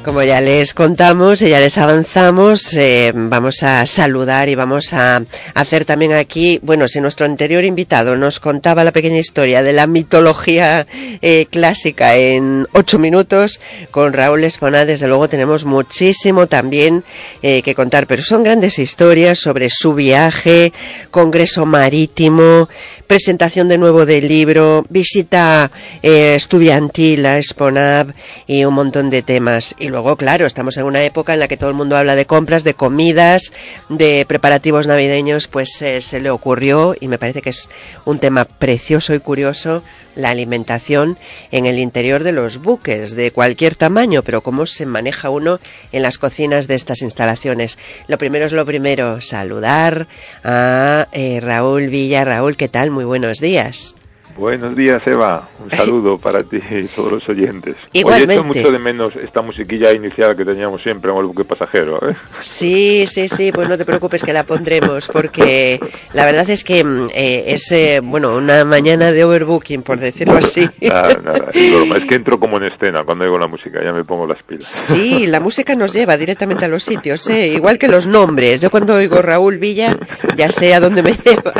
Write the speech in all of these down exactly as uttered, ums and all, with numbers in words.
Como ya les contamos y ya les avanzamos, eh, vamos a saludar y vamos a hacer también aquí, bueno, si nuestro anterior invitado nos contaba la pequeña historia de la mitología eh, clásica en ocho minutos, con Raúl Esponà, desde luego tenemos muchísimo también eh, que contar, pero son grandes historias sobre su viaje, congreso marítimo, presentación de nuevo del libro, visita eh, estudiantil a Esponà y un montón de temas. Y luego, claro, estamos en una época en la que todo el mundo habla de compras, de comidas, de preparativos navideños, pues eh, se le ocurrió, y me parece que es un tema precioso y curioso, la alimentación en el interior de los buques, de cualquier tamaño, pero cómo se maneja uno en las cocinas de estas instalaciones. Lo primero es lo primero, saludar a eh, Raúl Villa. Raúl, ¿qué tal? Muy buenos días. Buenos días, Eva. Un saludo para ti y todos los oyentes. Igualmente. Hoy echo mucho de menos esta musiquilla inicial que teníamos siempre en el buque pasajero, ¿eh? Sí, sí, sí, pues no te preocupes que la pondremos, porque la verdad es que eh, es, eh, bueno, una mañana de overbooking, por decirlo así. Nada, nada, es broma. Es que entro como en escena cuando oigo la música, ya me pongo las pilas. Sí, la música nos lleva directamente a los sitios, ¿eh? Igual que los nombres. Yo cuando oigo Raúl Villa ya sé a dónde me lleva.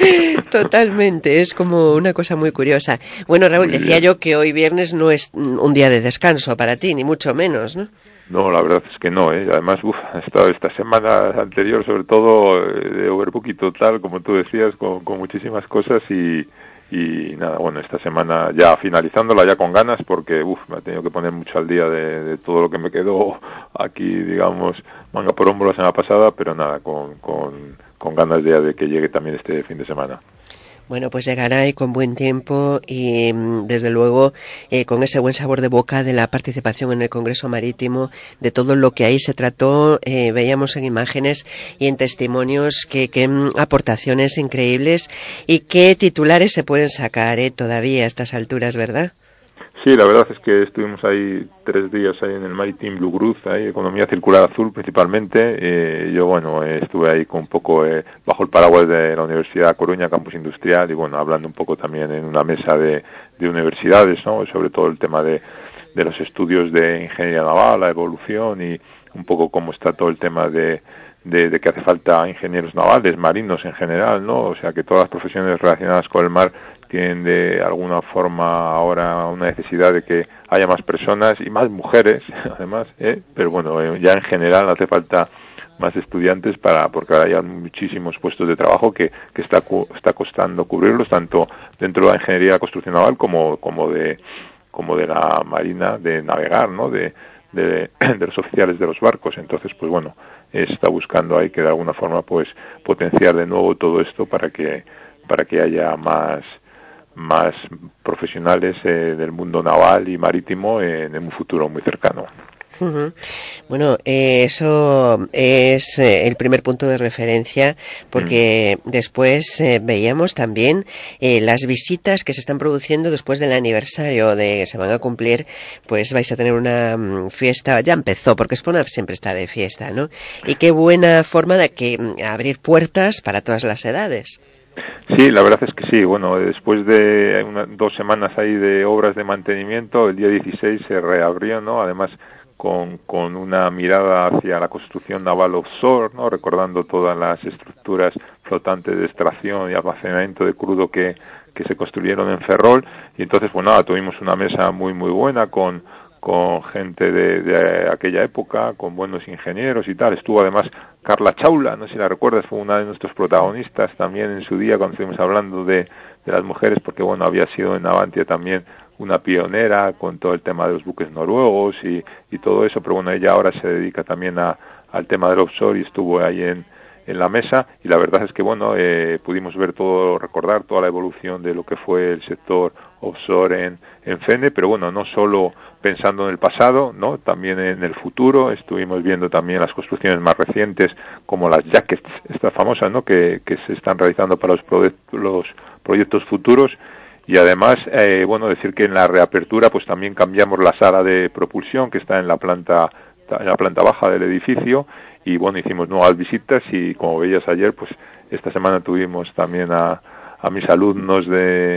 Totalmente, es como una cosa muy curiosa. Bueno, Raúl, decía yo que hoy viernes no es un día de descanso para ti, ni mucho menos, ¿no? No, la verdad es que no, ¿eh? Además, uf, he estado esta semana anterior, sobre todo de overbooking total, como tú decías, con, con muchísimas cosas y, y nada, bueno, esta semana ya finalizándola ya con ganas, porque uf, me ha tenido que poner mucho al día de, de todo lo que me quedó aquí, digamos, manga por hombro la semana pasada, pero nada, con, con, con ganas ya de que llegue también este fin de semana. Bueno, pues llegará y con buen tiempo y desde luego eh, con ese buen sabor de boca de la participación en el Congreso Marítimo, de todo lo que ahí se trató, eh, veíamos en imágenes y en testimonios que, que aportaciones increíbles y qué titulares se pueden sacar eh, todavía a estas alturas, ¿verdad? Sí, la verdad es que estuvimos ahí tres días ahí en el Maritime Blue Cruise, ahí economía circular azul principalmente. Eh, yo, bueno, eh, estuve ahí con un poco eh, bajo el paraguas de la Universidad de Coruña, Campus Industrial, y bueno, hablando un poco también en una mesa de, de universidades, ¿no? Sobre todo el tema de, de los estudios de ingeniería naval, la evolución y un poco cómo está todo el tema de, de, de que hace falta ingenieros navales, marinos en general, ¿no? O sea, que todas las profesiones relacionadas con el mar tienen de alguna forma ahora una necesidad de que haya más personas y más mujeres, además, ¿eh? Pero bueno, eh, ya en general hace falta más estudiantes para porque ahora hay muchísimos puestos de trabajo que, que está está costando cubrirlos, tanto dentro de la ingeniería de construcción naval como como de como de la marina, de navegar, ¿no? De, de, de los oficiales de los barcos. Entonces, pues bueno, está buscando ahí que de alguna forma pues potenciar de nuevo todo esto para que para que haya más más profesionales eh, del mundo naval y marítimo en, en un futuro muy cercano. Uh-huh. Bueno, eh, eso es eh, el primer punto de referencia, porque mm. después eh, veíamos también eh, las visitas que se están produciendo después del aniversario de que se van a cumplir, pues vais a tener una um, fiesta, ya empezó, porque Esponà siempre está de fiesta, ¿no? Y qué buena forma de que um, abrir puertas para todas las edades. Sí, la verdad es que sí. Bueno, después de una, dos semanas ahí de obras de mantenimiento, el día dieciséis se reabrió, ¿no? Además, con, con una mirada hacia la construcción naval offshore, ¿no? Recordando todas las estructuras flotantes de extracción y almacenamiento de crudo que, que se construyeron en Ferrol. Y entonces, pues nada, tuvimos una mesa muy, muy buena con con gente de, de aquella época, con buenos ingenieros y tal. Estuvo además Carla Chaula, no sé si la recuerdas, fue una de nuestros protagonistas también en su día cuando estuvimos hablando de, de las mujeres, porque bueno, había sido en Navantia también una pionera con todo el tema de los buques noruegos y, y todo eso, pero bueno, ella ahora se dedica también a, al tema del offshore y estuvo ahí en en la mesa, y la verdad es que bueno, eh, pudimos ver todo, recordar toda la evolución de lo que fue el sector offshore en, en Fene, pero bueno, no solo pensando en el pasado, ¿no? También en el futuro. Estuvimos viendo también las construcciones más recientes, como las jackets, estas famosas, ¿no? Que, que se están realizando para los, proye- los proyectos futuros. Y además, eh, bueno, decir que en la reapertura, pues también cambiamos la sala de propulsión que está en la planta, en la planta baja del edificio. Y bueno, hicimos nuevas visitas y como veías ayer, pues esta semana tuvimos también a, a mis alumnos de,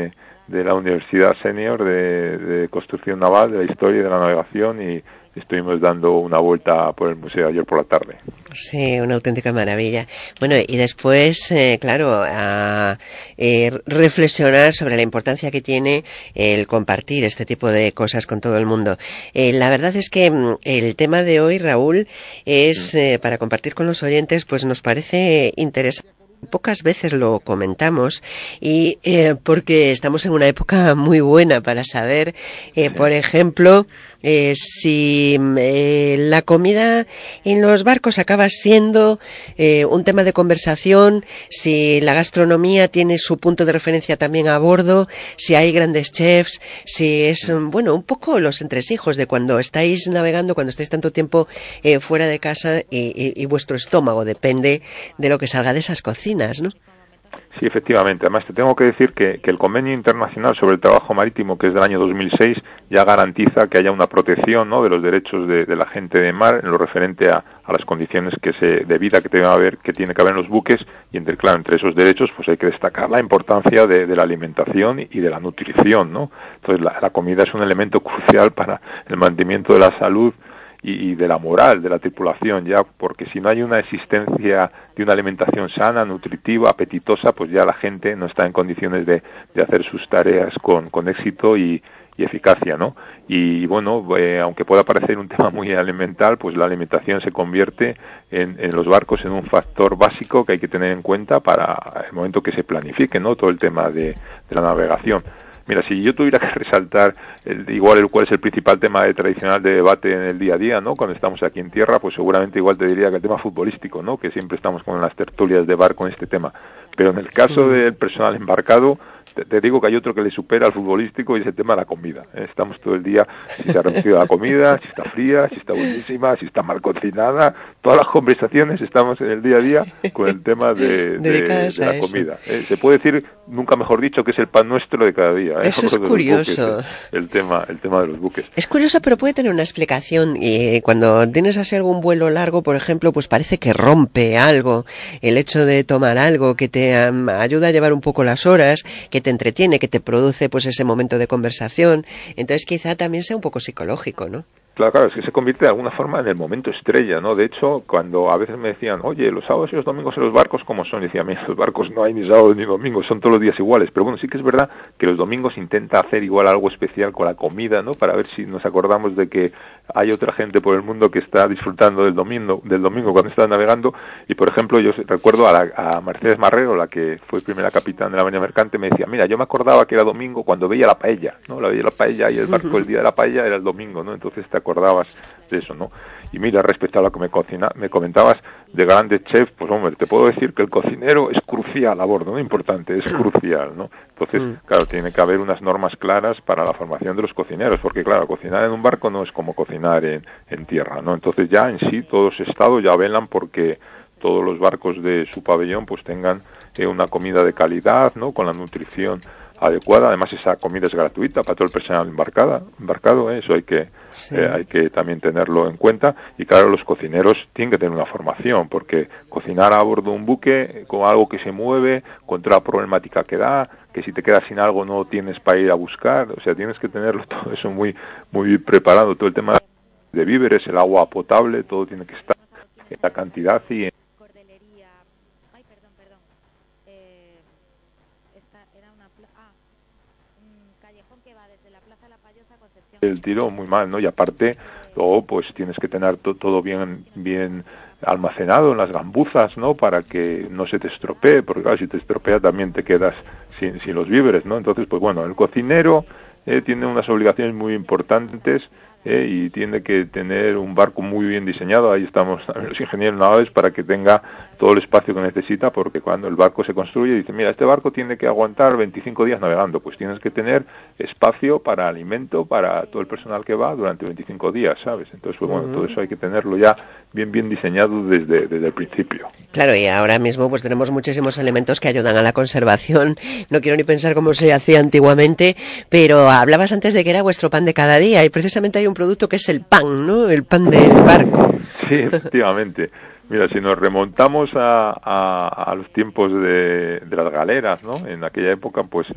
de la Universidad Senior de, de Construcción Naval, de la Historia y de la Navegación, y estuvimos dando una vuelta por el museo ayer por la tarde. Sí, una auténtica maravilla. Bueno, y después, eh, claro, a eh, reflexionar sobre la importancia que tiene el compartir este tipo de cosas con todo el mundo. Eh, la verdad es que mm, el tema de hoy, Raúl, es eh, para compartir con los oyentes, pues nos parece interesante. Pocas veces lo comentamos y eh, porque estamos en una época muy buena para saber, eh, por ejemplo, eh, si eh, la comida en los barcos acaba siendo eh, un tema de conversación, si la gastronomía tiene su punto de referencia también a bordo, si hay grandes chefs, si es, bueno, un poco los entresijos de cuando estáis navegando, cuando estáis tanto tiempo eh, fuera de casa y, y, y vuestro estómago depende de lo que salga de esas cocinas, ¿no? Sí, efectivamente. Además, te tengo que decir que, que el Convenio Internacional sobre el Trabajo Marítimo, que es del año dos mil seis, ya garantiza que haya una protección, ¿no?, de los derechos de, de la gente de mar en lo referente a, a las condiciones que se, de vida que, debe haber, que tiene que haber en los buques, y entre, claro, entre esos derechos pues hay que destacar la importancia de, de la alimentación y de la nutrición, ¿no? Entonces, la, la comida es un elemento crucial para el mantenimiento de la salud y de la moral de la tripulación, ya, porque si no hay una existencia de una alimentación sana, nutritiva, apetitosa, pues ya la gente no está en condiciones de, de hacer sus tareas con, con éxito y, y eficacia, ¿no? Y bueno, eh, aunque pueda parecer un tema muy elemental, pues la alimentación se convierte en, en los barcos en un factor básico que hay que tener en cuenta para el momento que se planifique, ¿no?, todo el tema de, de la navegación. Mira, si yo tuviera que resaltar el, igual el cuál es el principal tema de, tradicional de debate en el día a día, ¿no?, cuando estamos aquí en tierra, pues seguramente igual te diría que el tema futbolístico, ¿no?, que siempre estamos con las tertulias de bar con este tema. Pero en el caso del personal embarcado, te, te digo que hay otro que le supera al futbolístico, y es el tema de la comida. Estamos todo el día, si se ha reducido la comida, si está fría, si está buenísima, si está mal cocinada. Todas las conversaciones estamos en el día a día con el tema de, de, de la comida. Eh, se puede decir, nunca mejor dicho, que es el pan nuestro de cada día. ¿eh? Eso es curioso. Buques, el, el, tema, el tema de los buques. Es curioso, pero puede tener una explicación. Y cuando tienes así algún vuelo largo, por ejemplo, pues parece que rompe algo. El hecho de tomar algo que te um, ayuda a llevar un poco las horas, que te entretiene, que te produce pues ese momento de conversación. Entonces quizá también sea un poco psicológico, ¿no? Claro, claro, es que se convierte de alguna forma en el momento estrella, ¿no? De hecho, cuando a veces me decían, oye, los sábados y los domingos en los barcos, ¿cómo son? Y decía, mira, los barcos no hay ni sábados ni domingos, son todos los días iguales. Pero bueno, sí que es verdad que los domingos intenta hacer igual algo especial con la comida, ¿no? Para ver si nos acordamos de que hay otra gente por el mundo que está disfrutando del domingo, del domingo cuando está navegando. Y, por ejemplo, yo recuerdo a, la, a Mercedes Marrero, la que fue primera capitán de la Marina Mercante, me decía, mira, yo me acordaba que era domingo cuando veía la paella, ¿no? La veía la paella y el barco el día de la paella era el domingo, ¿no? Entonces te acordabas de eso, ¿no? Y mira, respecto a lo que me, cocina, me comentabas de grandes chefs, pues hombre, te puedo decir que el cocinero es crucial a bordo, ¿no? Importante, es crucial, ¿no? Entonces, mm. claro, tiene que haber unas normas claras para la formación de los cocineros, porque claro, cocinar en un barco no es como cocinar en, en tierra, ¿no? Entonces ya en sí todos los estados ya velan porque todos los barcos de su pabellón pues tengan eh, una comida de calidad, ¿no? Con la nutrición adecuada. Además, esa comida es gratuita para todo el personal embarcada, embarcado, ¿eh? Eso hay que sí. eh, hay que también tenerlo en cuenta. Y claro, los cocineros tienen que tener una formación, porque cocinar a bordo de un buque con algo que se mueve, con toda la problemática que da, que si te quedas sin algo no tienes para ir a buscar, o sea, tienes que tenerlo todo eso muy muy preparado, todo el tema de víveres, el agua potable, todo tiene que estar en la cantidad y en el tiro muy mal, ¿no? Y aparte, luego pues tienes que tener to todo bien bien almacenado en las gambuzas, ¿no? Para que no se te estropee, porque claro, si te estropea también te quedas sin, sin los víveres, ¿no? Entonces, pues bueno, el cocinero eh, tiene unas obligaciones muy importantes eh, y tiene que tener un barco muy bien diseñado. Ahí estamos los ingenieros navales para que tenga todo el espacio que necesita, porque cuando el barco se construye dice, mira, este barco tiene que aguantar veinticinco días navegando, pues tienes que tener espacio para alimento para todo el personal que va durante veinticinco días, ¿sabes? Entonces, pues bueno, uh-huh. todo eso hay que tenerlo ya bien bien diseñado desde, desde el principio. Claro, y ahora mismo pues tenemos muchísimos elementos que ayudan a la conservación. No quiero ni pensar cómo se hacía antiguamente, pero hablabas antes de que era vuestro pan de cada día, y precisamente hay un producto que es el pan, ¿no? El pan del barco. Sí, efectivamente. Mira, si nos remontamos a, a, a los tiempos de, de las galeras, ¿no? En aquella época, pues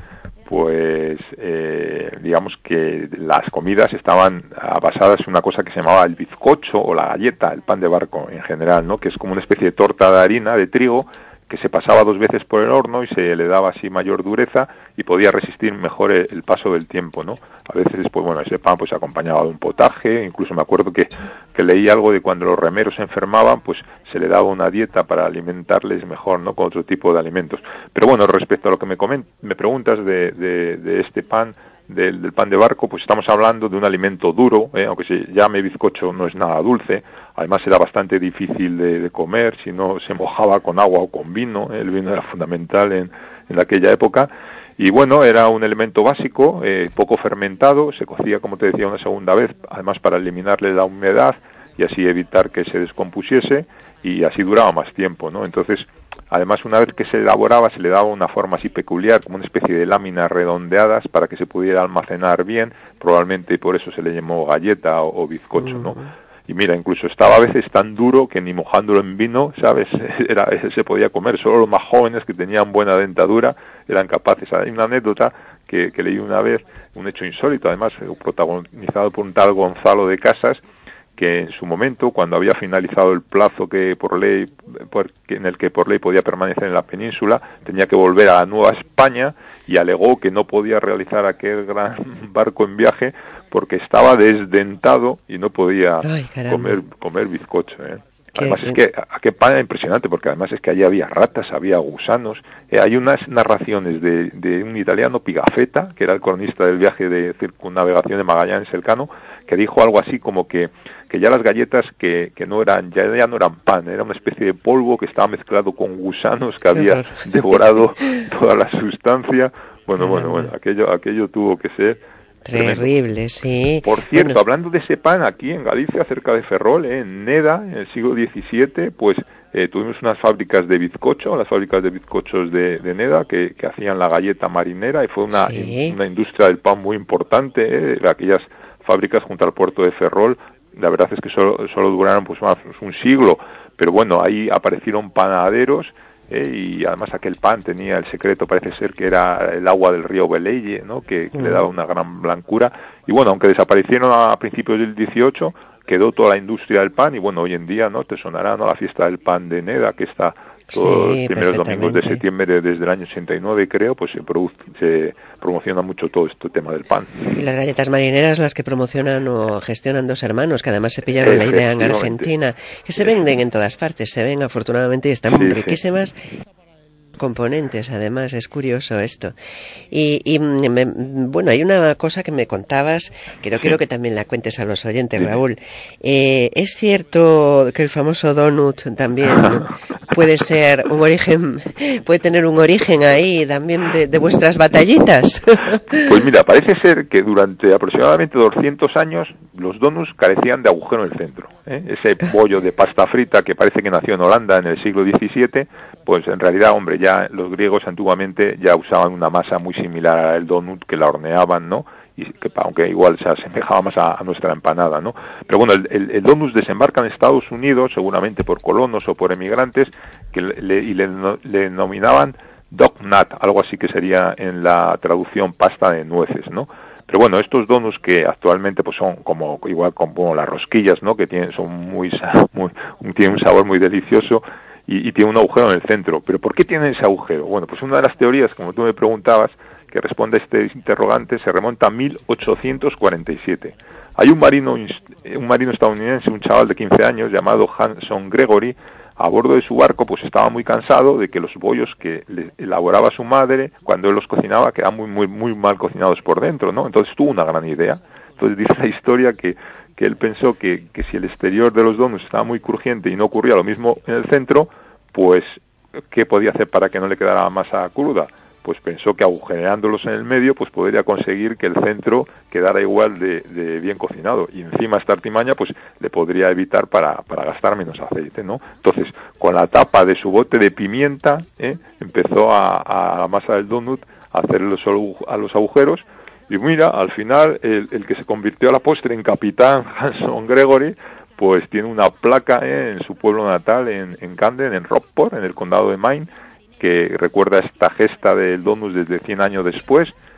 pues eh, digamos que las comidas estaban basadas en una cosa que se llamaba el bizcocho o la galleta, el pan de barco en general, ¿no? Que es como una especie de torta de harina, de trigo, que se pasaba dos veces por el horno y se le daba así mayor dureza y podía resistir mejor el, el paso del tiempo, ¿no? A veces, pues bueno, ese pan pues se acompañaba de un potaje, incluso me acuerdo que, que leí algo de cuando los remeros se enfermaban, pues se le daba una dieta para alimentarles mejor, ¿no? Con otro tipo de alimentos. Pero bueno, respecto a lo que me coment me preguntas de, de, de este pan, del, del pan de barco, pues estamos hablando de un alimento duro, ¿eh? Aunque se llame bizcocho, no es nada dulce. Además era bastante difícil de, de comer, si no se mojaba con agua o con vino, ¿eh? El vino era fundamental en, en aquella época. Y bueno, era un elemento básico, eh, poco fermentado, se cocía, como te decía, una segunda vez, además para eliminarle la humedad y así evitar que se descompusiese, y así duraba más tiempo, ¿no? Entonces, además, una vez que se elaboraba, se le daba una forma así peculiar, como una especie de láminas redondeadas para que se pudiera almacenar bien, probablemente por eso se le llamó galleta o, o bizcocho, ¿no? Y mira, incluso estaba a veces tan duro que ni mojándolo en vino, ¿sabes? Era, se podía comer. Solo los más jóvenes que tenían buena dentadura eran capaces. Hay una anécdota que, que leí una vez, un hecho insólito, además protagonizado por un tal Gonzalo de Casas, que en su momento, cuando había finalizado el plazo que por ley, por, que en el que por ley podía permanecer en la península, tenía que volver a la Nueva España y alegó que no podía realizar aquel gran barco en viaje porque estaba desdentado y no podía Ay, comer comer bizcocho, ¿eh? Además es que aquel pan era impresionante, porque además es que allí había ratas, había gusanos. Eh, hay unas narraciones de, de un italiano, Pigafetta, que era el cronista del viaje de circunnavegación de Magallanes Elcano, que dijo algo así como que, que ya las galletas que, que no eran, ya, ya no eran pan, era una especie de polvo que estaba mezclado con gusanos que había devorado toda la sustancia. Bueno, bueno, bueno, aquello, aquello tuvo que ser terrible, sí. Por cierto, bueno, hablando de ese pan, aquí en Galicia, cerca de Ferrol, eh, en Neda, en el siglo diecisiete, pues eh, tuvimos unas fábricas de bizcocho, las fábricas de bizcochos de, de Neda, que, que hacían la galleta marinera, y fue una, sí. in, una industria del pan muy importante, eh, aquellas fábricas junto al puerto de Ferrol. La verdad es que solo, solo duraron pues más un siglo, pero bueno, ahí aparecieron panaderos. Eh, y además aquel pan tenía el secreto, parece ser que era el agua del río Beleye, ¿no? que, que mm. le daba una gran blancura. Y bueno, aunque desaparecieron a principios del dieciocho, quedó toda la industria del pan. Y bueno, hoy en día, ¿no? Te sonará, ¿no? La fiesta del pan de Neda, que está todos sí, los primeros domingos de septiembre desde el año ochenta y nueve, creo, pues se, produce, se promociona mucho todo este tema del pan. Y las galletas marineras, las que promocionan o gestionan Dos Hermanos, que además se pillaron la idea en Argentina, que se venden en todas partes, se ven afortunadamente y están sí, riquísimas. Sí. Componentes, además, es curioso esto. Y, y me, bueno, hay una cosa que me contabas, que no quiero que también la cuentes a los oyentes, Raúl. Eh, ¿Es cierto que el famoso donut también puede ser un origen, puede tener un origen ahí también de, de vuestras batallitas? Pues mira, parece ser que durante aproximadamente doscientos años los donuts carecían de agujero en el centro, ¿eh? Ese bollo de pasta frita que parece que nació en Holanda en el siglo diecisiete, pues en realidad, hombre, ya los griegos antiguamente ya usaban una masa muy similar al donut, que la horneaban, ¿no? Y que aunque igual se asemejaba más a, a nuestra empanada, ¿no? Pero bueno, el, el, el donut desembarca en Estados Unidos, seguramente por colonos o por emigrantes, que le, y le, le denominaban dognut, algo así que sería en la traducción pasta de nueces, ¿no? Pero bueno, estos donuts que actualmente pues son como igual como las rosquillas, ¿no? Que tienen son muy, muy tienen un sabor muy delicioso. Y, y tiene un agujero en el centro. ¿Pero por qué tiene ese agujero? Bueno, pues una de las teorías, como tú me preguntabas, que responde a este interrogante, se remonta a mil ochocientos cuarenta y siete. Hay un marino, un marino estadounidense, un chaval de quince años, llamado Hanson Gregory, a bordo de su barco, pues estaba muy cansado de que los bollos que le elaboraba su madre, cuando él los cocinaba, quedaban muy, muy, muy mal cocinados por dentro, ¿no? Entonces tuvo una gran idea. Entonces dice la historia que, que él pensó que, que si el exterior de los donuts estaba muy crujiente y no ocurría lo mismo en el centro, pues ¿qué podía hacer para que no le quedara masa cruda? Pues pensó que agujereándolos en el medio, pues podría conseguir que el centro quedara igual de, de bien cocinado. Y encima esta artimaña, pues le podría evitar para, para gastar menos aceite, ¿no? Entonces, con la tapa de su bote de pimienta, ¿eh? empezó a, a la masa del donut a hacerle solo a los agujeros. Y mira, al final, el, el que se convirtió a la postre en capitán, Hanson Gregory, pues tiene una placa eh, en su pueblo natal, en, en Camden, en Rockport, en el condado de Maine, que recuerda esta gesta del donut desde cien años después.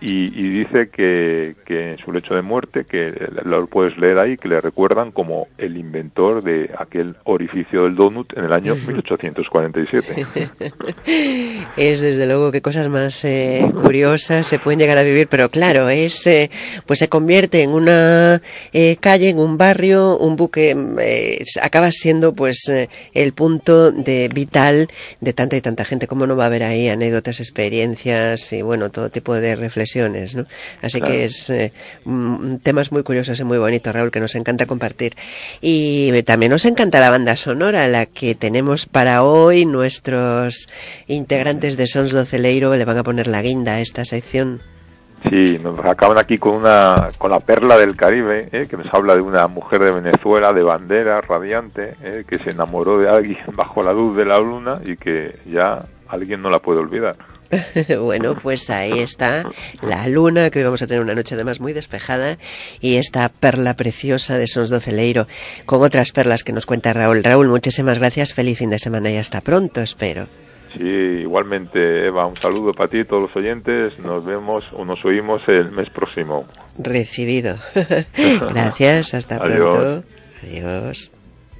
y, y dice que, que en su lecho de muerte, que lo puedes leer ahí, que le recuerdan como el inventor de aquel orificio del donut en el año mil ochocientos cuarenta y siete. Es desde luego que cosas más eh, curiosas se pueden llegar a vivir, pero claro, es eh, pues se convierte en una eh, calle, en un barrio, un buque, eh, acaba siendo pues eh, el punto de vital de tanta y tanta gente. ¿Cómo no va a haber ahí anécdotas, experiencias y bueno, todo tipo de reflexiones, ¿no? Así claro. que es eh, mm, temas muy curiosos y muy bonitos, Raúl, que nos encanta compartir. Y también nos encanta la banda sonora, la que tenemos para hoy. Nuestros integrantes de Sons do Celeiro le van a poner la guinda a esta sección. Sí, nos acaban aquí con una con la perla del Caribe, ¿eh? Que nos habla de una mujer de Venezuela, de bandera, radiante, ¿eh? Que se enamoró de alguien bajo la luz de la luna y que ya alguien no la puede olvidar. Bueno, pues ahí está la luna, que hoy vamos a tener una noche además muy despejada, y esta perla preciosa de Sons do Celeiro, con otras perlas que nos cuenta Raúl. Raúl, muchísimas gracias, feliz fin de semana y hasta pronto, espero. Sí, igualmente, Eva, un saludo para ti y todos los oyentes. Nos vemos o nos oímos el mes próximo. Recibido. Gracias, hasta pronto. Adiós.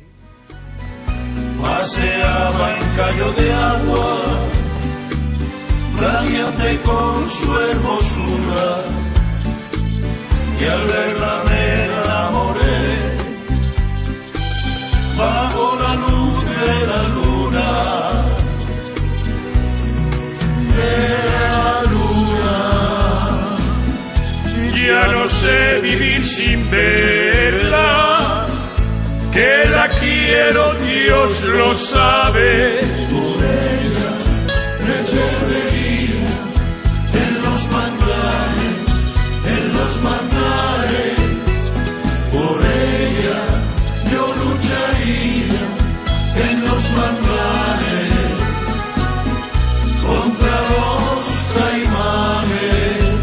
Paseaba en callo de agua, radiante con su hermosura, y al verla me enamoré, bajo la luz de la luna. La luna, ya no sé vivir sin verla, que la quiero, Dios lo sabe. Por ella me perdería en los manglares, en los manglares. Por ella yo lucharía en los manglares contra los caimanes.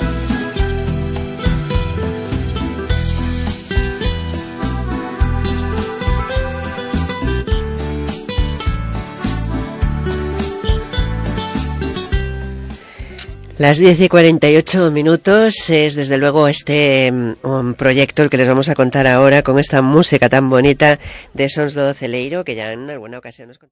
Las diez y cuarenta y ocho minutos es desde luego este um, proyecto el que les vamos a contar ahora con esta música tan bonita de Sons do Celeiro, que ya en alguna ocasión nos